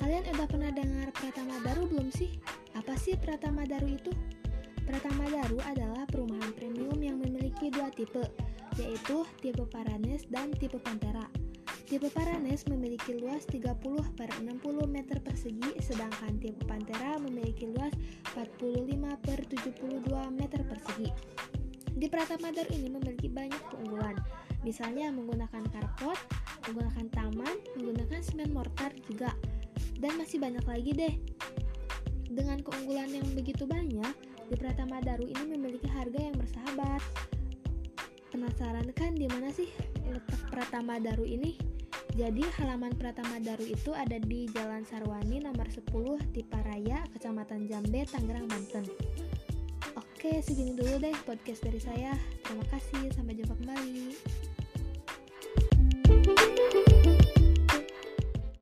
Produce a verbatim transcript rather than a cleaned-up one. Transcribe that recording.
Kalian udah pernah dengar Pratama Daru belum sih? Apa sih Pratama Daru itu? Pratama Daru adalah perumahan premium yang memiliki dua tipe, yaitu tipe Paranes dan tipe Pantera. Tipe Paranes memiliki luas tiga puluh per enam puluh meter persegi, sedangkan tipe Pantera memiliki luas empat puluh lima per tujuh puluh dua meter persegi. Di Pratama Daru ini memiliki banyak keunggulan, misalnya menggunakan carport, menggunakan taman, menggunakan semen mortar juga, dan masih banyak lagi deh. Dengan keunggulan yang begitu banyak, di Pratama Daru ini memiliki harga yang bersahabat. Penasaran kan di mana sih letak Pratama Daru ini? Jadi halaman Pratama Daru itu ada di Jalan Sarwani nomor sepuluh Tiparaya, Kecamatan Jambe, Tangerang, Banten. Oke, segini dulu deh podcast dari saya. Terima kasih, sampai jumpa kembali.